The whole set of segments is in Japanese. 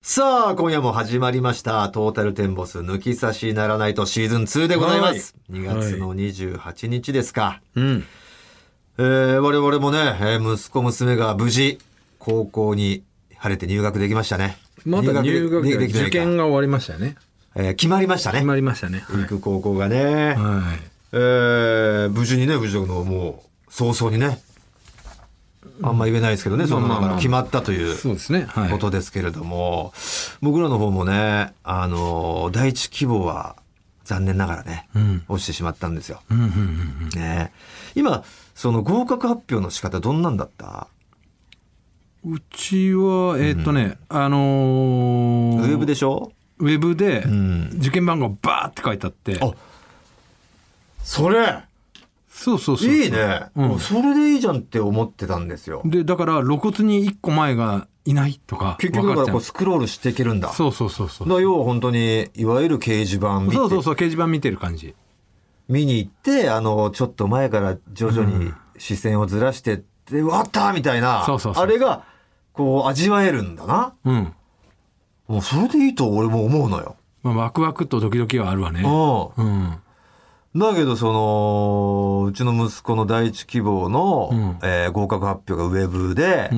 さあ、今夜も始まりました。トータルテンボス抜き差しならないとシーズン2でございます。2月の28日ですか。我々もね、息子娘が無事、高校に晴れて入学できましたね。 まだ入学で受験が終わりましたよね。 決まりましたね。 決まりましたね。 行く高校がね。無事にね、無事のもう、早々にね、あんま言えないですけどね、その中から決まったということですけれども、僕らの方もね、第一希望は残念ながらね、落ちてしまったんですよ。ね、今、その合格発表の仕方どんなんだった？ うちは、ウェブでしょ？ ウェブで受験番号バーって書いてあって。 あ、それそういいね、それでいいじゃんって思ってたんですよ。 でだから露骨に1個前がいないとか、 結局だからこうスクロールしていけるんだ。 そうだ、 要は本当にいわゆる掲示板見て、 掲示板見てる感じ、 見に行ってちょっと前から徐々に視線をずらしてってあったみたいな、あれがこう味わえるんだな。もうそれでいいと俺も思うのよ。 ワクワクとドキドキはあるわね。 だけどうちの息子の第一希望の、合格発表がウェブで、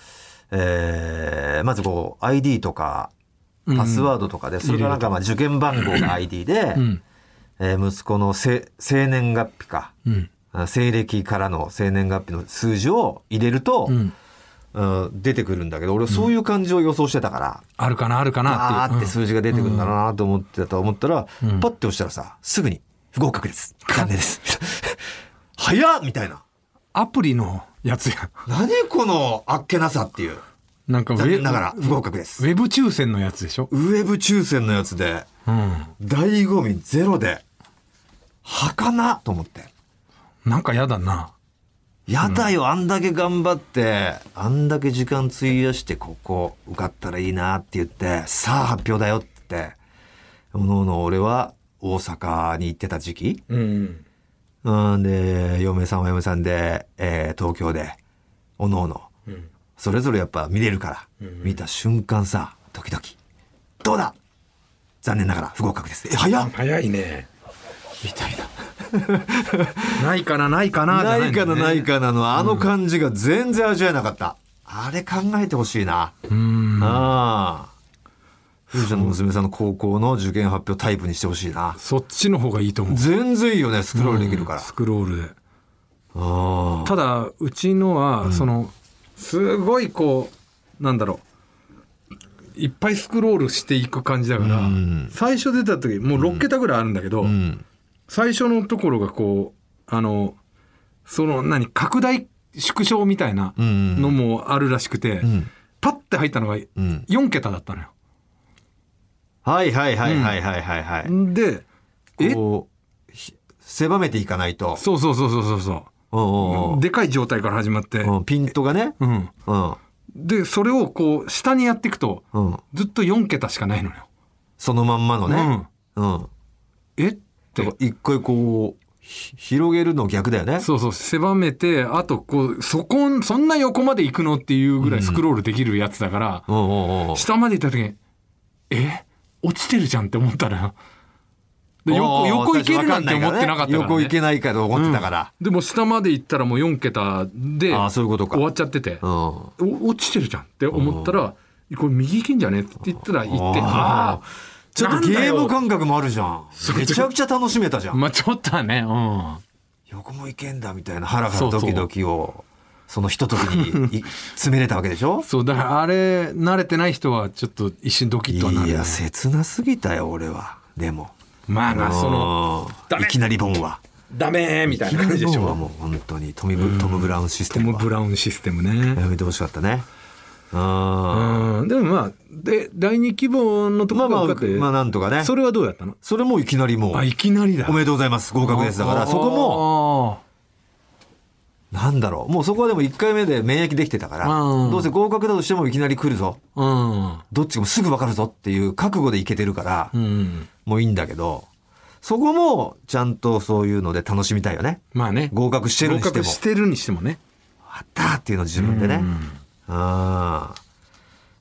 まずこう ID とかパスワードとかで、それからなんか受験番号が ID で、息子の生年月日か、西暦からの生年月日の数字を入れると、出てくるんだけど、俺そういう感じを予想してたから、 あるかなっていう、 って数字が出てくるんだなと思ってたと思ったら、パッて押したらさ、すぐに不合格です。残念です。早っみたいな。 アプリのやつや。 何このあっけなさっていう。 なんか残念ながら不合格です。 ウェブ抽選のやつでしょ。 ウェブ抽選のやつで、醍醐味ゼロで、儚と思って。 なんかやだな。 やだよ、あんだけ頑張って、あんだけ時間費やしてここ受かったらいいなって言って、さあ発表だよって言って、おのおの俺は、大阪に行ってた時期、で嫁さんは嫁さんで、東京でおのおのそれぞれやっぱ見れるから、見た瞬間さ、ドキドキ、どうだ、残念ながら不合格です。 早いねみたいな。ないかなないかなのあの感じが全然味わえなかった。あれ考えてほしいな。ふーちゃんの娘さんの高校の受験発表タイプにしてほしいな。 そっちの方がいいと思う。 全然いいよね、スクロールできるから。 スクロールで。ただうちのは、すごいこうなんだろう、いっぱいスクロールしていく感じだから、最初出た時もう6桁ぐらいあるんだけど、最初のところがこう拡大縮小みたいなのもあるらしくて、パッて入ったのが4桁だったのよ。で、こう狭めていかないと。 そうでかい状態から始まって、 ピントがね、 でそれをこう下にやっていくと、ずっと4桁しかないのよ、そのまんまのね。って一回こう広げるの逆だよね。 狭めて、あとこうそんな横まで行くのっていうぐらいスクロールできるやつだから、下まで行った時に落ちてるじゃんって思ったら、で横行けるなんて思ってなかったからね。 横行けないかと思ってたから、 でも下まで行ったらもう4桁でそういうことか、 終わっちゃってて、落ちてるじゃんって思ったら、これ右行けんじゃねって言ったら行って、 ちょっとゲーム感覚もあるじゃん。めちゃくちゃ楽しめたじゃん。 ちょっとはね、 横も行けんだみたいなハラハラドキドキをそのひとときに詰めれたわけでしょ。 だからあれ慣れてない人はちょっと一瞬ドキッとはなる、 いや切なすぎたよ俺は。でもいきなりボンはダメみたいな感じでしょ。 もう本当にトム・ブラウンシステムは、 トム・ブラウンシステムね、 やめてほしかったね。 でも第二希望のところが受かって、 なんとかね。 それはどうやったの？ それもいきなりいきなりだ、 おめでとうございます合格ですだから、そこもなんだろう、もうそこはでも1回目で免疫できてたから、どうせ合格だとしてもいきなり来るぞ、どっちもすぐ分かるぞっていう覚悟でいけてるから、もういいんだけど、そこもちゃんとそういうので楽しみたいよね。合格してるにしてもね、あったっていうのを自分でね。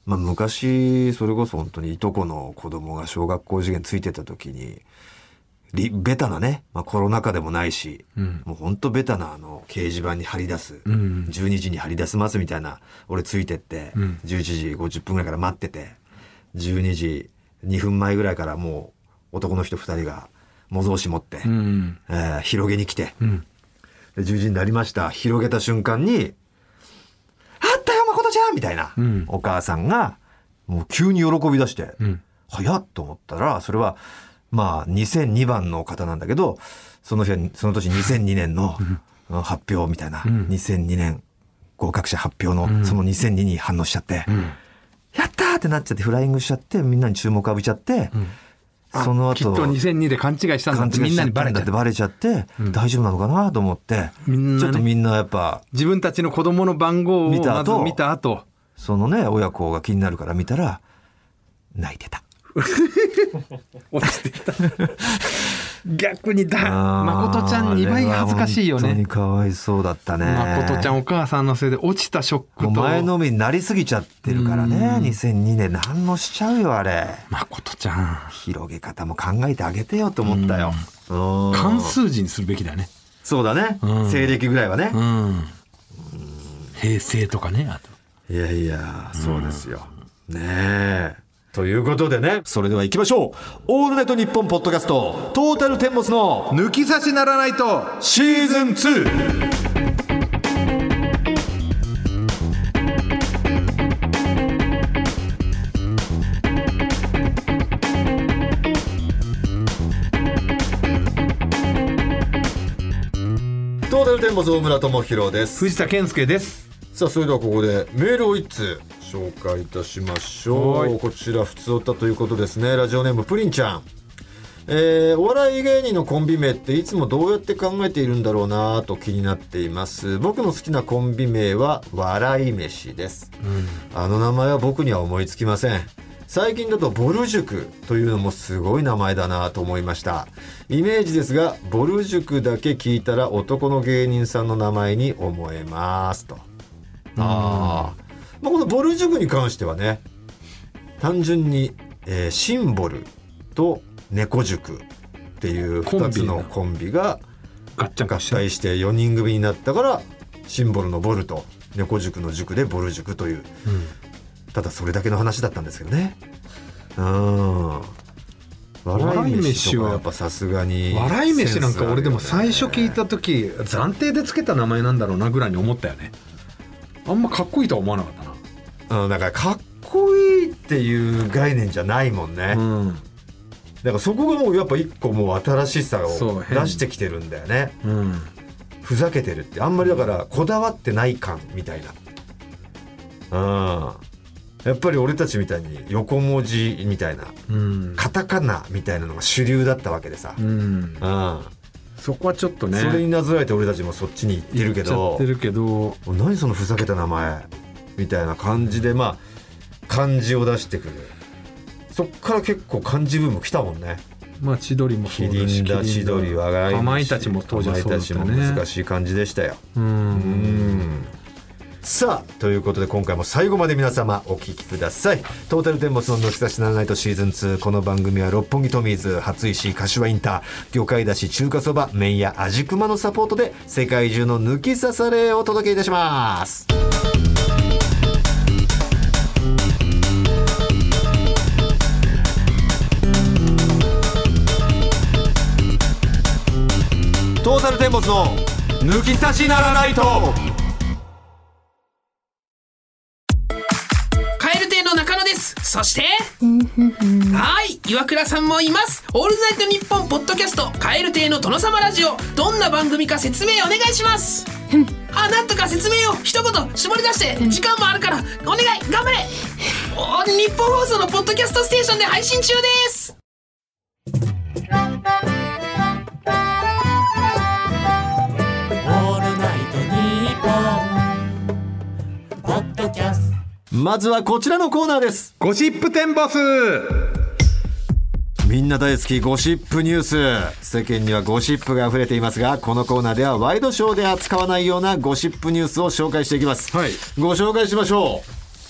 昔それこそ本当にいとこの子供が小学校受験ついてた時にベタなね、コロナ禍でもないし、もう本当ベタな掲示板に貼り出す、12時に貼り出しますみたいな俺ついてって、11時50分ぐらいから待ってて、12時2分前ぐらいからもう男の人2人が模造紙持って、広げに来て、で10時になりました。広げた瞬間にあったよ誠ちゃんみたいな、お母さんがもう急に喜び出して、早っと思ったら、それは2002番の方なんだけど、その年2002年の発表みたいな、2002年合格者発表のその2002に反応しちゃって、やったーってなっちゃってフライングしちゃって、みんなに注目浴びちゃって、その後きっと2002で勘違いしたんだってみんなにバレちゃって、大丈夫なのかなと思って、ちょっとみんなやっぱ自分たちの子供の番号をまず見た後、 そのね親子が気になるから見たら泣いてた。 落ちてた。逆に誠ちゃん2倍恥ずかしいよね。 本当にかわいそうだったね。 誠ちゃんお母さんのせいで落ちたショックと前のめりになりすぎちゃってるからね。2002年何のしちゃうよあれ。 誠ちゃん広げ方も考えてあげてよと思ったよ。 漢数字にするべきだよね。 そうだね、西暦ぐらいはね、 平成とかね。あといやそうですよねえ。ということでね、それでは行きましょう。オールナイトニッポンポッドキャストトータルテンボスの抜き差しならないとシーズン2。トータルテンボス大村智弘です。 藤田健介です。 さあそれではここでメールを1通紹介いたしましょう。こちらふつおたということですね。ラジオネームプリンちゃん。お笑い芸人のコンビ名っていつもどうやって考えているんだろうなと気になっています。僕の好きなコンビ名は笑い飯です、あの名前は僕には思いつきません。最近だとボル塾というのもすごい名前だなと思いました。イメージですがボル塾だけ聞いたら男の芸人さんの名前に思えますと。このボル塾に関してはね、単純に、シンボルと猫塾っていう2つのコンビが合体して4人組になったから、シンボルのボルと猫塾の塾でボル塾という、ただそれだけの話だったんですけどね。笑い飯とかやっぱさすがに笑い飯なんか俺でも最初聞いた時暫定でつけた名前なんだろうなぐらいに思ったよね。あんまかっこいいとは思わなかったな。 だからかっこいいっていう概念じゃないもんね、だからそこがもうやっぱ一個もう新しさを出してきてるんだよね、ふざけてるってあんまりだからこだわってない感みたいな、やっぱり俺たちみたいに横文字みたいな、カタカナみたいなのが主流だったわけでさ、 そこはちょっとね、 それになぞらえて俺たちもそっちに行ってるけど、何そのふざけた名前みたいな感じで漢字を出してくる。そっから結構漢字ブーム来たもんね。 千鳥もそうだし、 キリンだ千鳥笑いかまいたちも当時はそうだったね。 かまいたちも難しい感じでしたよ。さあということで今回も最後まで皆様お聞きください。トータルテンボスの抜き差しならないとシーズン2。この番組は六本木トミーズ、初石、柏インター、魚介だし、中華そば、麺屋味熊のサポートで世界中の抜き差されをお届けいたします。トータルテンボスの抜き差しならないと。 そしてはい岩倉さんもいます。オールナイトニッポンポッドキャスト蛙亭の殿様ラジオ、どんな番組か説明お願いします。なんとか説明を一言絞り出して、時間もあるからお願い頑張れ。日本放送のポッドキャストステーションで配信中です。 オールナイトニッポンポッドキャスト。 まずはこちらのコーナーです。 ゴシップテンボス。 みんな大好きゴシップニュース。世間にはゴシップが溢れていますが、このコーナーではワイドショーで扱わないようなゴシップニュースを紹介していきます、ご紹介しましょう。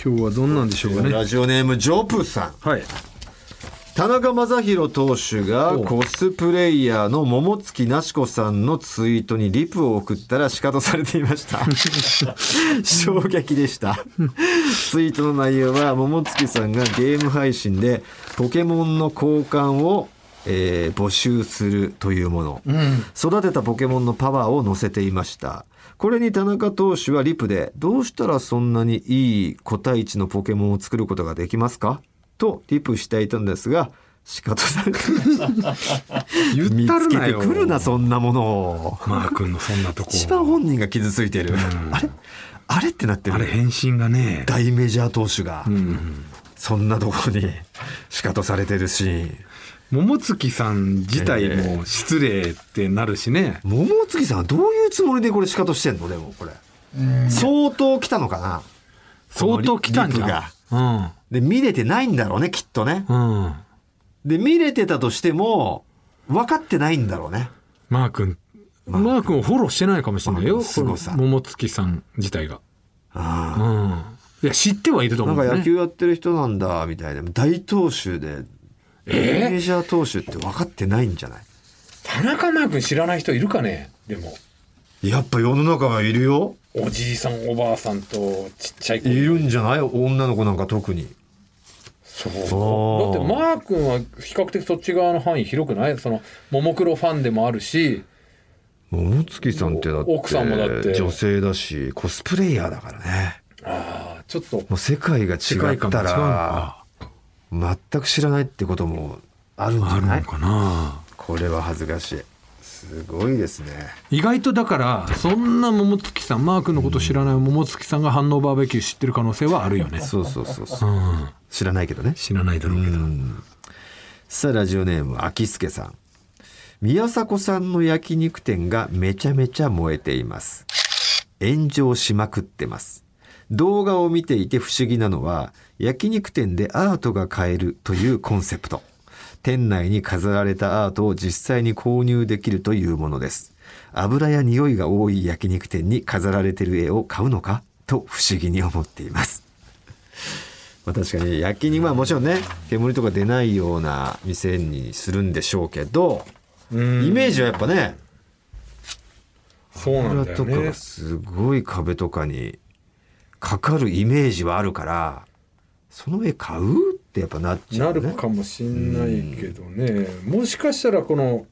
今日はどんなんでしょうかね。 ラジオネームジョープーさん。 はい。 田中将大投手がコスプレイヤーの桃月なし子さんのツイートにリプを送ったら仕方されていました衝撃でしたツイートの内容は桃月さんがゲーム配信でポケモンの交換を、募集するというもの、育てたポケモンのパワーを載せていました。これに田中投手はリプでどうしたらそんなにいい個体値のポケモンを作ることができますかとリプしていたんですが仕方されて言ったるなよ。 見つけてくるなそんなものを。 マー君のそんなとこ一番本人が傷ついてる、あれってなってる。 あれ返信がね大メジャー投手が、そんなところに仕方されてるし、 桃月さん自体も失礼ってなるしね、 桃月さんはどういうつもりでこれ仕方してんの。でもこれ相当来たのかな。 相当来たんじゃん。 で見れてないんだろうねきっとね、で見れてたとしても分かってないんだろうね。 マー君をフォローしてないかもしれないよ、桃月さん自体が。いや知ってはいると思う、ね、 なんか野球やってる人なんだみたいな大投手で、メジャー投手って分かってないんじゃない。 田中マー君知らない人いるかね。でもやっぱ世の中はいるよ。 おじいさんおばあさんとちっちゃい子いるんじゃない。女の子なんか特に。 そうだってマー君は比較的そっち側の範囲広くない。そのももクロファンでもあるし、 桃月さんってだって奥さんもだって女性だしコスプレイヤーだからね。 ちょっともう世界が違ったら全く知らないってこともあるんじゃない。 あるのかな。 これは恥ずかしい。すごいですね。 意外とだからそんな桃月さんマー君のこと知らない桃月さんが反応バーベキュー知ってる可能性はあるよね。 そう、知らないけどね。 知らないだろうけど。 さあラジオネーム秋助さん。宮迫さんの焼肉店がめちゃめちゃ燃えています。炎上しまくってます。動画を見ていて不思議なのは焼肉店でアートが買えるというコンセプト。店内に飾られたアートを実際に購入できるというものです。油や匂いが多い焼肉店に飾られている絵を買うのかと不思議に思っています。確かに焼肉はもちろんね煙とか出ないような店にするんでしょうけど、イメージはやっぱね、 そうなんだよね。 油とかがすごい壁とかにかかるイメージはあるからその絵買うってやっぱなっちゃうね。 なるかもしんないけどね、もしかしたらこの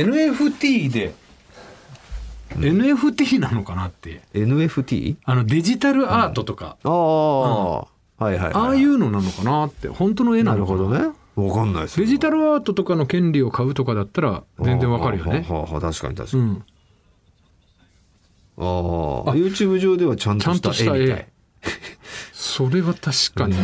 NFT で、NFT なのかなって。 NFT？ デジタルアートとか、 はいはいはい、 ああいうのなのかなって。本当の絵なのかな。 なるほどね。分かんないです。 デジタルアートとかの権利を買うとかだったら全然わかるよね。 確かに確かに、YouTube 上ではちゃんとした絵みたい。 それは確かに、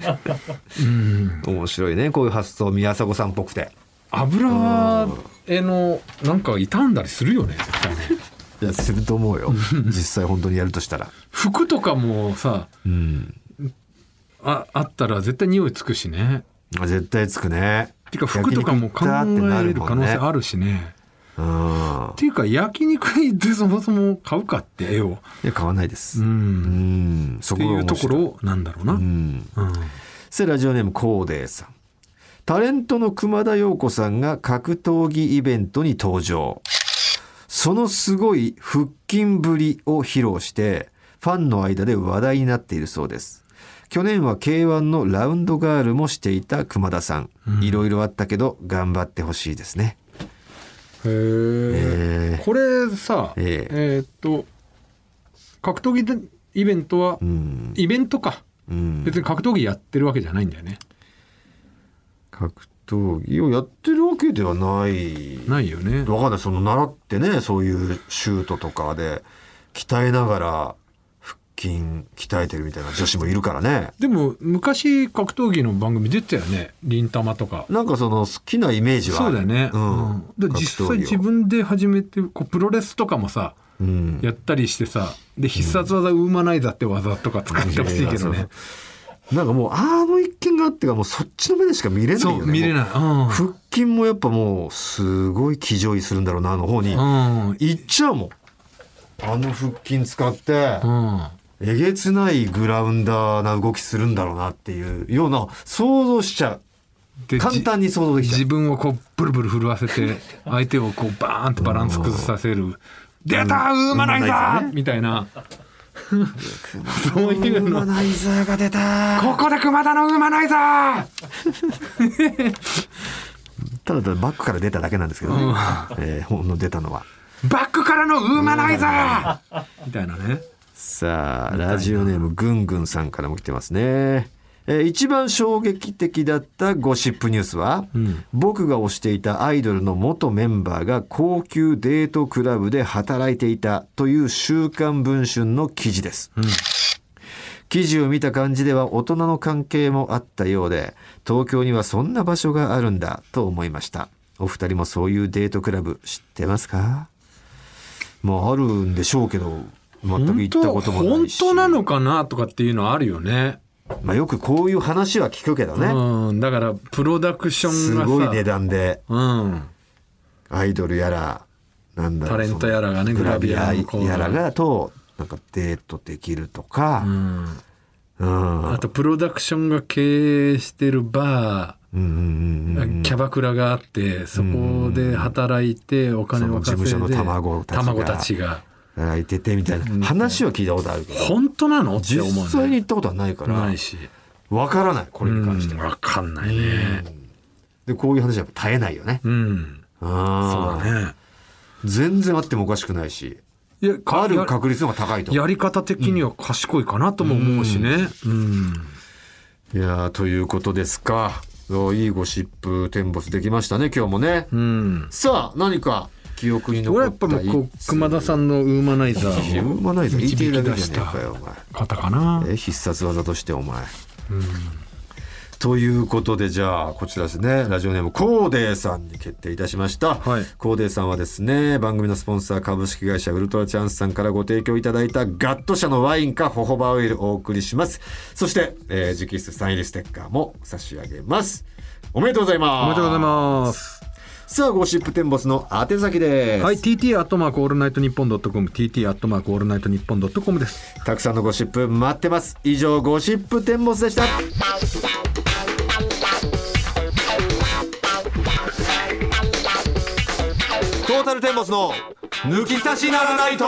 面白いねこういう発想。宮迫さんっぽくて油絵のなんか傷んだりするよね絶対ね。 いやすると思うよ実際本当にやるとしたら。 服とかもさ、あったら絶対匂いつくしね。 絶対つくね。 てか服とかも考える可能性あるしね。っていうか焼肉行ってそもそも買うかって絵を。 いや買わないです。 そこいうところなんだろうな。 ラジオネームコーデーさん。タレントの熊田曜子さんが格闘技イベントに登場。そのすごい腹筋ぶりを披露してファンの間で話題になっているそうです。去年は K1 のラウンドガールもしていた熊田さん。いろいろあったけど頑張ってほしいですね。 これさ、格闘技イベントは、イベントか、別に格闘技やってるわけじゃないんだよね。 格闘技をやってるわけではないよね。 わかんない。その習ってねそういうシュートとかで鍛えながら腹筋鍛えてるみたいな女子もいるからね。 でも昔格闘技の番組出てたよね。リンタマとか。 なんかその好きなイメージはある。 そうだよね。で実際自分で始めてこうプロレスとかもさ、やったりしてさ、で必殺技ウーマナイザーって技とか使ってほしいけどね。 なんかもう一見があってかもうそっちの目でしか見れないよね。 そう見れない。 腹筋もやっぱもうすごい騎乗位するんだろうなの方に行っちゃうもん。腹筋使って。 えげつないグラウンダーな動きするんだろうなっていうような想像しちゃう。簡単に想像できちゃう。 自分をこうブルブル震わせて相手をこうバーンとバランス崩させる。出たウーマナイザーみたいな。そういうの。 ウーマナイザーが出た。 ここで熊田のウーマナイザー。 ただバックから出ただけなんですけどね。ほんの出たのは。 バックからのウーマナイザーみたいなね。 さあラジオネームぐんぐんさんからも来てますね。一番衝撃的だったゴシップニュースは、僕が推していたアイドルの元メンバーが高級デートクラブで働いていたという週刊文春の記事です、記事を見た感じでは大人の関係もあったようで、東京にはそんな場所があるんだと思いました。お二人もそういうデートクラブ知ってますか？まああるんでしょうけど全く行ったこともないし。 本当なのかなとかっていうのはあるよね。 まあ、よくこういう話は聞くけどね、 だからプロダクションがさすごい値段で、アイドルやらなんだろう、 タレントやらがね、 グラビアやらがとなんかデートできるとか、 あとプロダクションが経営してるバー、キャバクラがあってそこで働いてお金を稼いで、 その事務所の卵たちが働いててみたいな話は聞いたことあるけど、 本当なのって思うね。 実際に行ったことはないからないしわからない、これに関してはわかんないね。 でこういう話はやっぱ絶えないよね。そうだね。 全然あってもおかしくないし、 いやある確率の方が高いと。 やり方的には賢いかなとも思うしね。 いやということですか。いいゴシップテンボスできましたね今日もね。さあ何か記憶に残った俺やっぱもう熊田さんのウーマナイザーをウーマナイザー導き出言いしたてるだけじゃねえかよお前方かな。 必殺技としてお前。ということでじゃあこちらですね、ラジオネームコーデーさんに決定いたしました、コーデーさんはですね、番組のスポンサー株式会社ウルトラチャンスさんからご提供いただいたガット社のワインかホホバオイルをお送りします。そして、直筆サイン入りステッカーも差し上げます。おめでとうございます。 おめでとうございます。 さあゴシップテンボスの宛先です。 はい、TT アットマークオールナイトニッポンドットコム TT アットマークオールナイトニッポンドットコムです。 たくさんのゴシップ待ってます。以上ゴシップテンボスでした。トータルテンボスの抜き差しならないと。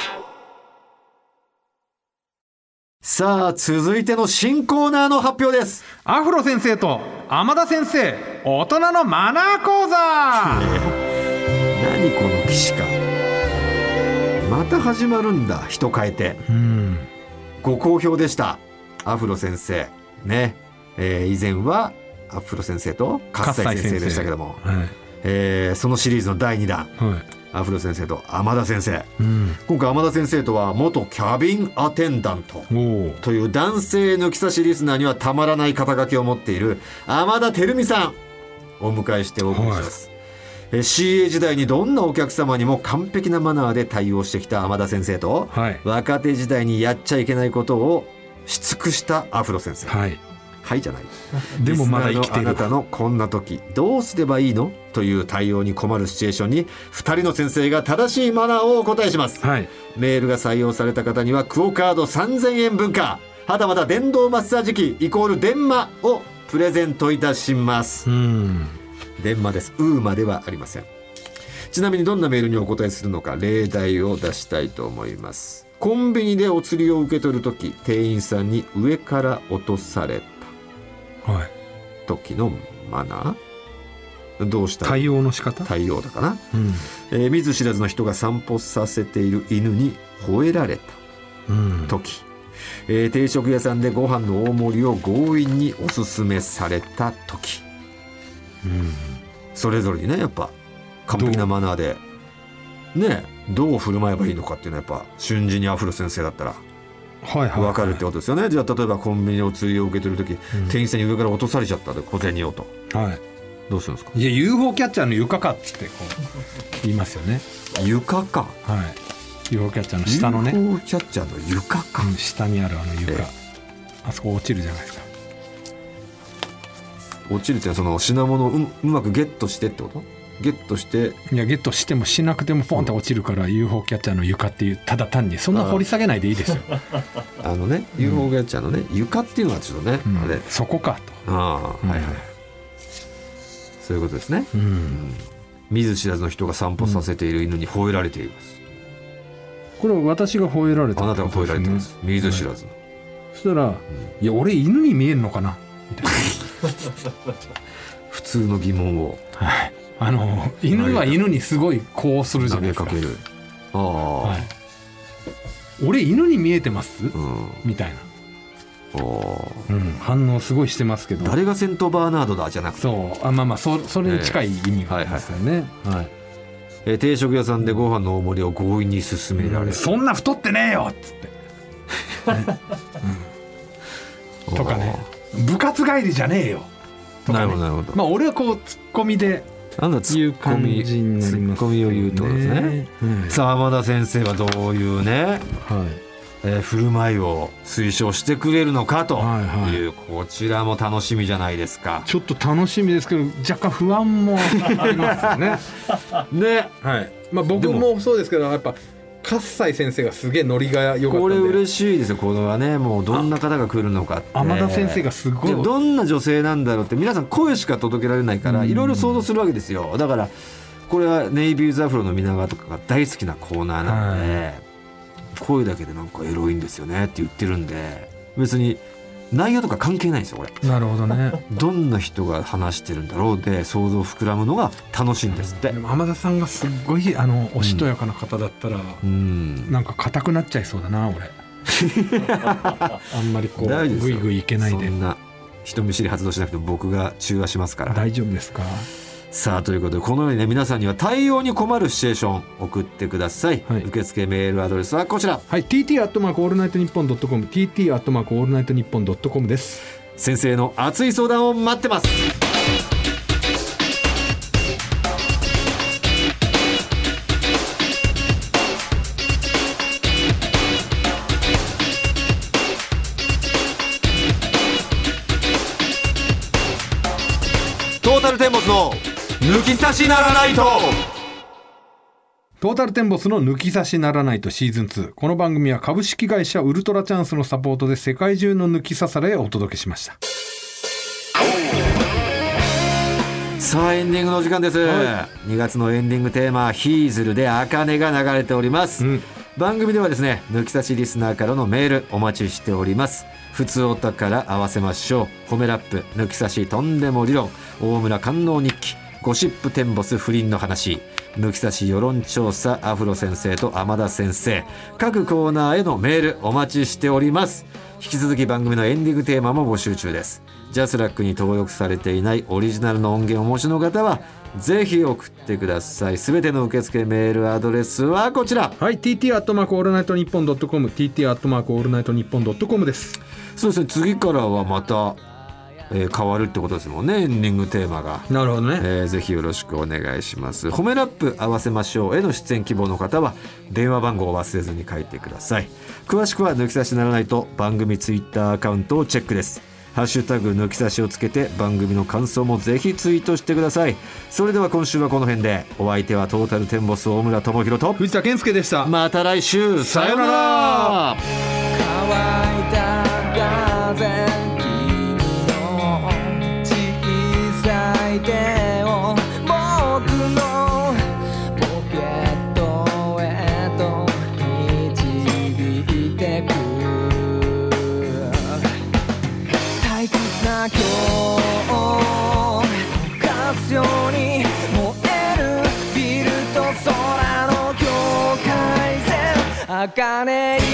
さあ続いての新コーナーの発表です。 アフロ先生と天田先生大人のマナー講座。 何この既視感、また始まるんだ、人変えて。ご好評でしたアフロ先生ね、以前はアフロ先生と葛西先生でしたけども、そのシリーズの第2弾、アフロ先生と天田先生、今回天田先生とは元キャビンアテンダントという男性抜き差しリスナーにはたまらない肩書きを持っている天田照美さんをお迎えしてお送りします、CA 時代にどんなお客様にも完璧なマナーで対応してきた天田先生と、若手時代にやっちゃいけないことをし尽くしたアフロ先生、はいじゃないでもまだ生きている。 あなたのこんな時どうすればいいのという対応に困るシチュエーションに2人の先生が正しいマナーをお答えします、メールが採用された方にはクオカード3000円分か、はたまた電動マッサージ機イコール電マをプレゼントいたします。電マです、ウーマではありません。ちなみにどんなメールにお答えするのか例題を出したいと思います。コンビニでお釣りを受け取るとき店員さんに上から落とされた時のマナー、どうした対応の仕方、 対応だかな、見ず知らずの人が散歩させている犬に吠えられた時、定食屋さんでご飯の大盛りを強引におすすめされた時、それぞれにねやっぱ完璧なマナーでねどう振る舞えばいいのかっていうのはやっぱ瞬時にアフロ先生だったら分かるってことですよね。じゃあ例えばコンビニでお釣りを受け取るとき、店員さんに上から落とされちゃったで小銭をと、どうするんですか。 いや UFO キャッチャーの床かってこう言いますよね。 床か、 UFO キャッチャーの下のね UFO キャッチャーの床か、 下にあるあの床、あそこ落ちるじゃないですか。 落ちるってのはその品物をうまくゲットしてってこと。 ゲットして、 いやゲットしてもしなくてもポンって落ちるから UFO キャッチャーの床っていう、ただ単にそんな掘り下げないでいいですよ。 UFO キャッチャーのね床っていうのはちょっとね、あれそこかと。 はいはい、そういうことですね。見ず知らずの人が散歩させている犬に吠えられています。 これは私が吠えられた、 あなたが吠えられています。見ず知らずの、 そしたら、いや俺犬に見えるのかなみたいな普通の疑問を、 犬は犬にすごいこうするじゃないですか。 投げかける。 俺犬に見えてます、みたいな、反応すごいしてますけど、 誰がセントバーナードだじゃなくて、 それに近い意味がありますよね。 定食屋さんでご飯の大盛りを強引に勧められる、 そんな太ってねえよっつって、とかね、部活帰りじゃねえよとか、ね、なるほど。俺はこうツッコミでいう感じになります、 ツッコミを言うってことですね。さあ浜田先生はどういうね、振る舞いを推奨してくれるのかという、こちらも楽しみじゃないですか。 ちょっと楽しみですけど若干不安もありますよね。 ね、 僕もそうですけど、やっぱ葛西先生がすげえノリが良かったんで、 これ嬉しいですよ。これはね、もうどんな方が来るのかって、 天田先生がすごいどんな女性なんだろうって、皆さん声しか届けられないからいろいろ想像するわけですよ。だからこれはネイビーズアフロの皆川とかが大好きなコーナーなので、声だけでなんかエロいんですよねって言ってるんで、別に内容とか関係ないんですよこれ。 なるほどね。 どんな人が話してるんだろうで想像膨らむのが楽しいんですって。 でも浜田さんがすごいおしとやかな方だったら、なんか硬くなっちゃいそうだな俺。あんまりこうグイグイいけないで。 そんな人見知り発動しなくても僕が中和しますから。 大丈夫ですか。 さあということで、このようにね、皆さんには対応に困るシチュエーション送ってください。受付メールアドレスはこちら、 tt@allnightnippon.com tt@allnightnippon.com です。 先生の熱い相談を待ってます。トータルテンボスの抜き差しならないと。 トータルテンボスの抜き差しならないとシーズン2。この番組は株式会社ウルトラチャンスのサポートで世界中の抜き差されをお届けしました。 さあエンディングの時間です、2月のエンディングテーマヒーズルで茜が流れております、番組ではですね、抜き差しリスナーからのメールお待ちしております。ふつおたから合わせましょう。褒めラップ、抜き差しとんでも理論、大村官能日記、ゴシップテンボス不倫の話、抜き差し世論調査、アフロ先生と天田先生、各コーナーへのメールお待ちしております。引き続き番組のエンディングテーマも募集中です。ジャスラックに登録されていないオリジナルの音源をお持ちの方はぜひ送ってください。すべての受付メールアドレスはこちら、 tt@allnightnippon.com tt@allnightnippon.com です。 そうですね、次からはまた変わるってことですもんね、エンディングテーマが。 なるほどね、 ぜひよろしくお願いします。褒めラップ合わせましょうへの出演希望の方は電話番号を忘れずに書いてください。詳しくは抜き差しならないと番組ツイッターアカウントをチェックです。ハッシュタグ抜き差しをつけて番組の感想もぜひツイートしてください。それでは今週はこの辺で。お相手はトータルテンボス大村智広と藤田健介でした。 また来週、さようなら。 乾いた風、君の小さい手を僕のポケットへと導いてく。退屈な今日カスように燃えるビルと空の境界線、茜